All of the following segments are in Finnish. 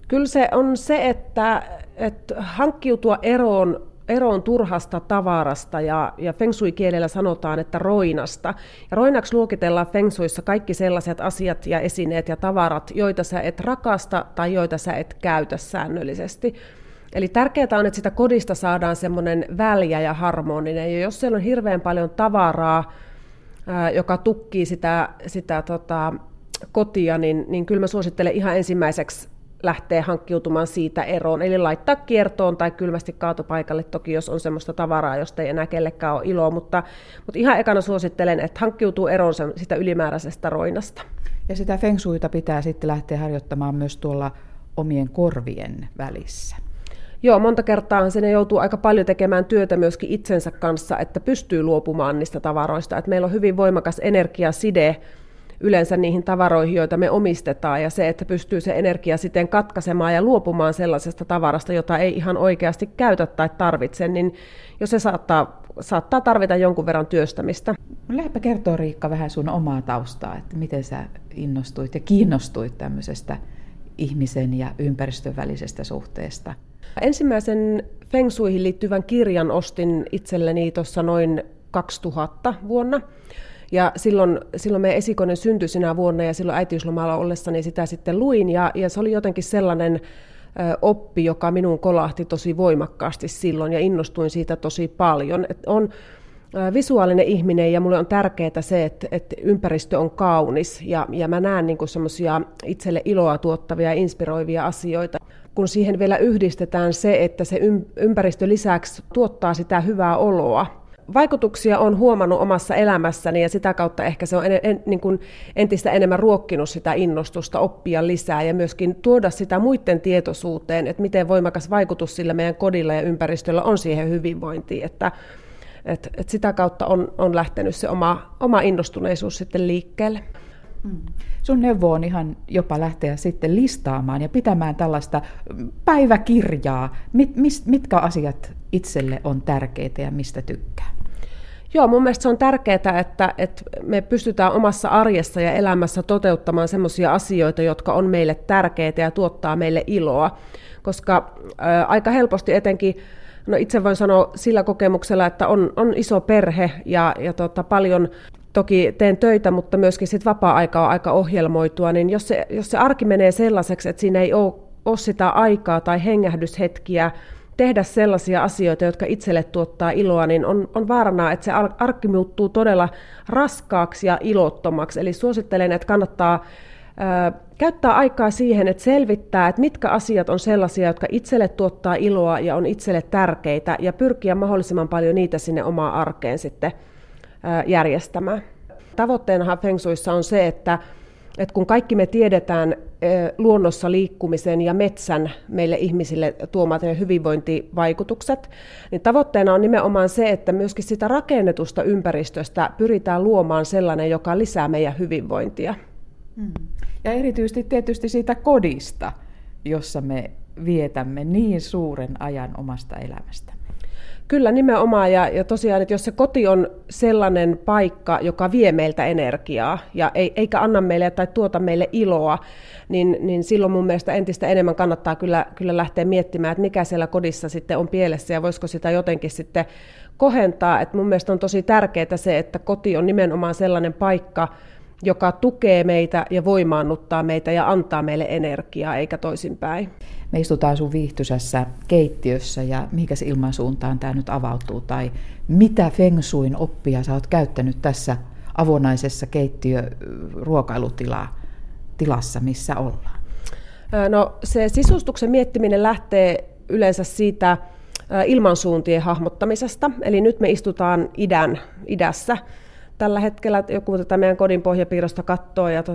Kyllä se on se, että hankkiutua eroon turhasta tavarasta ja feng shui-kielellä sanotaan, että roinasta. Ja roinaksi luokitellaan feng shuissa kaikki sellaiset asiat ja esineet ja tavarat, joita sä et rakasta tai joita sä et käytä säännöllisesti. Eli tärkeää on, että sitä kodista saadaan semmoinen väljä ja harmoninen. Ja jos siellä on hirveän paljon tavaraa, joka tukkii sitä kotia, niin kyllä mä suosittelen ihan ensimmäiseksi lähtee hankkiutumaan siitä eroon, eli laittaa kiertoon tai kylmästi kaatopaikalle, toki jos on semmoista tavaraa, josta ei enää kellekään ole iloa, mutta ihan ekana suosittelen, että hankkiutuu eroon sitä ylimääräisestä roinasta. Ja sitä feng shuita pitää sitten lähteä harjoittamaan myös tuolla omien korvien välissä. Joo, monta kertaa sinne joutuu aika paljon tekemään työtä myöskin itsensä kanssa, että pystyy luopumaan niistä tavaroista, että meillä on hyvin voimakas energiaside yleensä niihin tavaroihin, joita me omistetaan, ja se, että pystyy se energia siten katkaisemaan ja luopumaan sellaisesta tavarasta, jota ei ihan oikeasti käytä tai tarvitse, niin jos se saattaa tarvita jonkun verran työstämistä. Lähdepä kertoa, Riikka, vähän sun omaa taustaa, että miten sä innostuit ja kiinnostuit tämmöisestä ihmisen ja ympäristön välisestä suhteesta. Ensimmäisen feng shuihin liittyvän kirjan ostin itselleni tuossa noin 2000 vuonna. Ja silloin meidän esikoinen syntyi sinä vuonna ja silloin äitiyslomalla ollessani sitä sitten luin ja se oli jotenkin sellainen oppi, joka minun kolahti tosi voimakkaasti silloin ja innostuin siitä tosi paljon. On visuaalinen ihminen ja mulle on tärkeää se, että ympäristö on kaunis ja mä näen niin kuin semmoisia itselle iloa tuottavia ja inspiroivia asioita. Kun siihen vielä yhdistetään se, että se ympäristö lisäksi tuottaa sitä hyvää oloa. Vaikutuksia on huomannut omassa elämässäni ja sitä kautta ehkä se on niin kuin entistä enemmän ruokkinut sitä innostusta oppia lisää ja myöskin tuoda sitä muiden tietoisuuteen, että miten voimakas vaikutus sillä meidän kodilla ja ympäristöllä on siihen hyvinvointiin, että sitä kautta on lähtenyt se oma innostuneisuus sitten liikkeelle. Sun neuvo on ihan jopa lähteä sitten listaamaan ja pitämään tällaista päiväkirjaa. Mitkä asiat itselle on tärkeitä ja mistä tykkää? Joo, mun mielestä se on tärkeää, että me pystytään omassa arjessa ja elämässä toteuttamaan sellaisia asioita, jotka on meille tärkeitä ja tuottaa meille iloa, koska aika helposti etenkin, no itse voin sanoa sillä kokemuksella, että on iso perhe ja paljon toki teen töitä, mutta myöskin sit vapaa-aika on aika ohjelmoitua, niin jos se arki menee sellaiseksi, että siinä ei ole sitä aikaa tai hengähdyshetkiä tehdä sellaisia asioita, jotka itselle tuottaa iloa, niin on vaarana, että se arki muuttuu todella raskaaksi ja ilottomaksi. Eli suosittelen, että kannattaa käyttää aikaa siihen, että selvittää, että mitkä asiat on sellaisia, jotka itselle tuottaa iloa ja on itselle tärkeitä, ja pyrkiä mahdollisimman paljon niitä sinne omaan arkeen sitten järjestämään. Tavoitteenahan feng shuissa on se, että kun kaikki me tiedetään luonnossa liikkumisen ja metsän meille ihmisille tuomat hyvinvointivaikutukset, niin tavoitteena on nimenomaan se, että myöskin sitä rakennetusta ympäristöstä pyritään luomaan sellainen, joka lisää meidän hyvinvointia. Ja erityisesti tietysti siitä kodista, jossa me vietämme niin suuren ajan omasta elämästä. Kyllä nimenomaan, ja tosiaan, että jos se koti on sellainen paikka, joka vie meiltä energiaa ja eikä anna meille tai tuota meille iloa, niin silloin mun mielestä entistä enemmän kannattaa kyllä lähteä miettimään, että mikä siellä kodissa sitten on pielessä ja voisiko sitä jotenkin sitten kohentaa. Että mun mielestä on tosi tärkeää se, että koti on nimenomaan sellainen paikka, joka tukee meitä ja voimaannuttaa meitä ja antaa meille energiaa, eikä toisinpäin. Me istutaan sun viihtyisessä keittiössä ja mihinkäs ilmansuuntaan tämä nyt avautuu, tai mitä feng shuin oppia sä oot käyttänyt tässä avonaisessa keittiö-ruokailutilassa, missä ollaan? No se sisustuksen miettiminen lähtee yleensä siitä ilmansuuntien hahmottamisesta, eli nyt me istutaan idässä. Tällä hetkellä joku tätä meidän kodin pohjapiirrosta katsoo, ja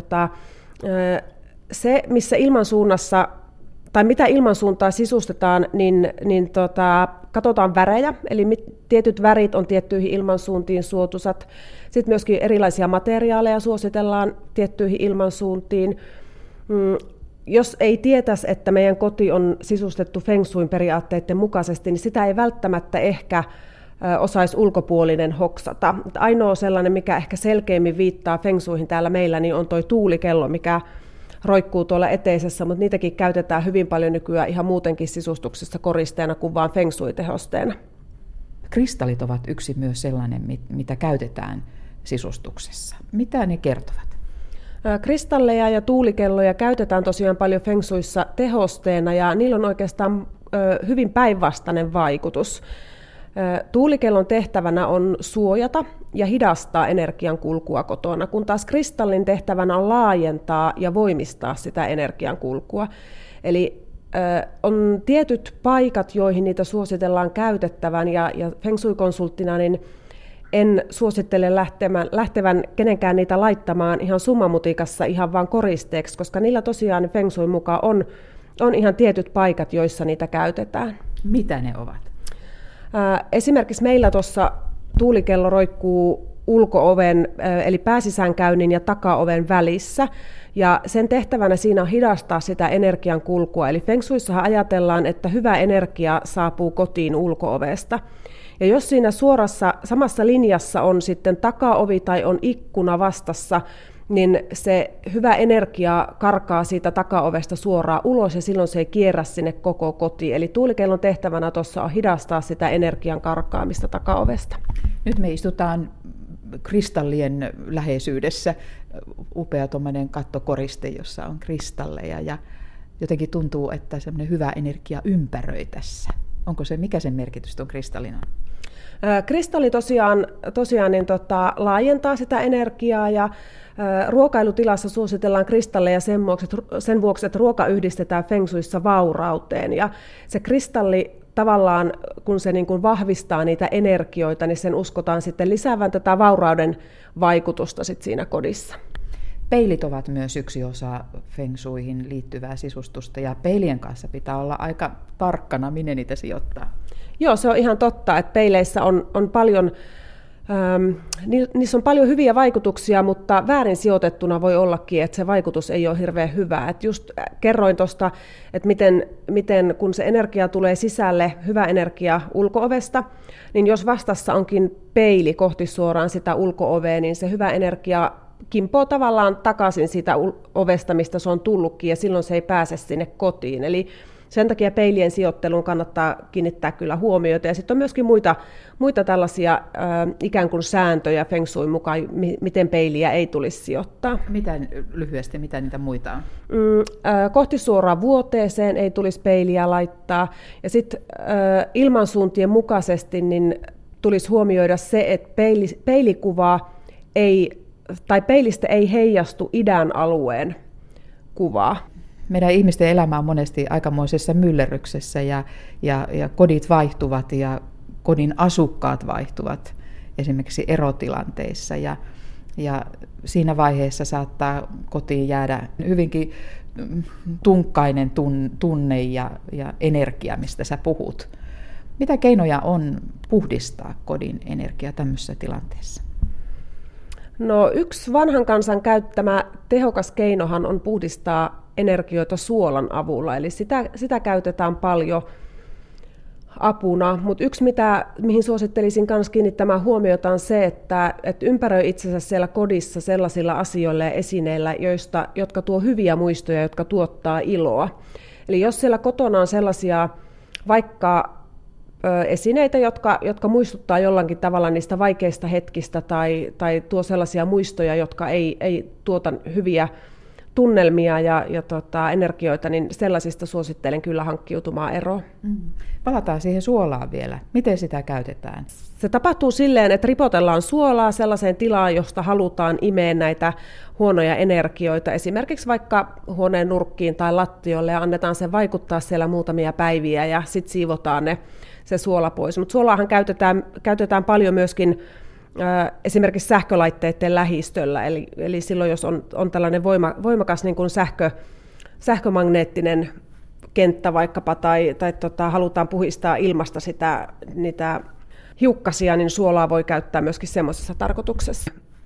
se, missä ilmansuunnassa, tai mitä ilmansuuntaa sisustetaan, niin katsotaan värejä, eli tietyt värit on tiettyihin ilmansuuntiin suotuisat. Sitten myöskin erilaisia materiaaleja suositellaan tiettyihin ilmansuuntiin. Jos ei tietäisi, että meidän koti on sisustettu feng shuin periaatteiden mukaisesti, niin sitä ei välttämättä ehkä osaisi ulkopuolinen hoksata. Ainoa sellainen, mikä ehkä selkeimmin viittaa feng shuihin täällä meillä, niin on tuo tuulikello, mikä roikkuu tuolla eteisessä, mutta niitäkin käytetään hyvin paljon nykyään ihan muutenkin sisustuksessa koristeena kuin vaan feng shui-tehosteena. Kristallit ovat yksi myös sellainen, mitä käytetään sisustuksessa. Mitä ne kertovat? Kristalleja ja tuulikelloja käytetään tosiaan paljon feng shuissa tehosteena ja niillä on oikeastaan hyvin päinvastainen vaikutus. Tuulikellon tehtävänä on suojata ja hidastaa energian kulkua kotona, kun taas kristallin tehtävänä on laajentaa ja voimistaa sitä energian kulkua. Eli on tietyt paikat, joihin niitä suositellaan käytettävän ja feng shui-konsulttina niin en suosittele lähtevän kenenkään niitä laittamaan ihan summamutikassa ihan vaan koristeeksi, koska niillä tosiaan feng shuin mukaan on ihan tietyt paikat, joissa niitä käytetään. Mitä ne ovat? Esimerkiksi meillä tuossa tuulikello roikkuu ulko-oven, eli pääsisäänkäynnin ja takaoven välissä, ja sen tehtävänä siinä on hidastaa sitä energian kulkua. Eli feng shuissahan ajatellaan, että hyvä energia saapuu kotiin ulko-ovesta. Ja jos siinä samassa linjassa on sitten takaovi tai on ikkuna vastassa, niin se hyvä energia karkaa siitä takaovesta suoraan ulos ja silloin se ei kierrä sinne koko kotiin. Eli tuulikellon tehtävänä tuossa on hidastaa sitä energian karkaamista takaovesta. Nyt me istutaan kristallien läheisyydessä. Upea tuommoinen kattokoriste, jossa on kristalleja ja jotenkin tuntuu, että semmoinen hyvä energia ympäröi tässä. Onko se, mikä sen merkitys tuon kristallin on? Kristalli tosiaan laajentaa sitä energiaa ja ruokailutilassa suositellaan kristalleja sen vuoksi, että ruoka yhdistetään feng shuissa vaurauteen. Ja se kristalli tavallaan, kun se niin kuin vahvistaa niitä energioita, niin sen uskotaan sitten lisäävän tätä vaurauden vaikutusta sit siinä kodissa. Peilit ovat myös yksi osa feng shuihin liittyvää sisustusta ja peilien kanssa pitää olla aika tarkkana, minne niitä sijoittaa. Joo, se on ihan totta, että peileissä on paljon, niissä on paljon hyviä vaikutuksia, mutta väärin sijoitettuna voi ollakin, että se vaikutus ei ole hirveän hyvä. Et just kerroin tuosta, että miten kun se energia tulee sisälle, hyvä energia ulko-ovesta, niin jos vastassa onkin peili kohti suoraan sitä ulko-ovea, niin se hyvä energia kimpoo tavallaan takaisin siitä ovesta, mistä se on tullutkin, ja silloin se ei pääse sinne kotiin. Eli sen takia peilien sijoitteluun kannattaa kiinnittää kyllä huomiota. Ja sitten on myöskin muita tällaisia ikään kuin sääntöjä feng shuin mukaan, miten peiliä ei tulisi sijoittaa. Lyhyesti, mitä niitä muita on? Kohti suoraan vuoteeseen ei tulisi peiliä laittaa. Ja sitten ilmansuuntien mukaisesti niin tulisi huomioida se, että peilikuva peilistä ei heijastu idän alueen kuvaa. Meidän ihmisten elämä on monesti aikamoisessa myllerryksessä ja kodit vaihtuvat ja kodin asukkaat vaihtuvat esimerkiksi erotilanteissa. Ja siinä vaiheessa saattaa kotiin jäädä hyvinkin tunkkainen tunne ja energia, mistä sä puhut. Mitä keinoja on puhdistaa kodin energia tämmöisessä tilanteessa? No, yksi vanhan kansan käyttämä tehokas keinohan on puhdistaa energioita suolan avulla, eli sitä käytetään paljon apuna, mutta yksi mihin suosittelisin myös kiinnittämään huomiota on se, että ympäröi itsensä siellä kodissa sellaisilla asioilla ja esineillä, jotka tuo hyviä muistoja, jotka tuottaa iloa. Eli jos siellä kotona on sellaisia vaikka esineitä, jotka muistuttaa jollakin tavalla niistä vaikeista hetkistä tai tuo sellaisia muistoja, jotka ei tuota hyviä tunnelmia ja energioita, niin sellaisista suosittelen kyllä hankkiutumaan eroon. Palataan siihen suolaan vielä. Miten sitä käytetään? Se tapahtuu silleen, että ripotellaan suolaa sellaiseen tilaan, josta halutaan imeä näitä huonoja energioita, esimerkiksi vaikka huoneen nurkkiin tai lattiolle, ja annetaan sen vaikuttaa siellä muutamia päiviä, ja sitten siivotaan se suola pois. Mutta suolaahan käytetään paljon myöskin esimerkiksi sähkölaitteiden lähistöllä, eli silloin jos on tällainen voimakas niin kuin sähkömagneettinen kenttä vaikkapa, tai halutaan puhdistaa ilmasta niitä hiukkasia, niin suolaa voi käyttää myöskin semmoisessa tarkoituksessa.